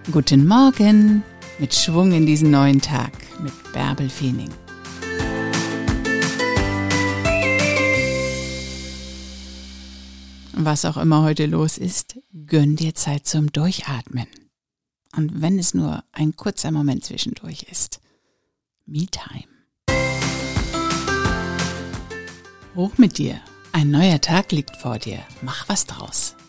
Guten Morgen mit Schwung in diesen neuen Tag mit Bärbel Feening. Was auch immer heute los ist, gönn dir Zeit zum Durchatmen. Und wenn es nur ein kurzer Moment zwischendurch ist. Me-Time. Hoch mit dir. Ein neuer Tag liegt vor dir. Mach was draus.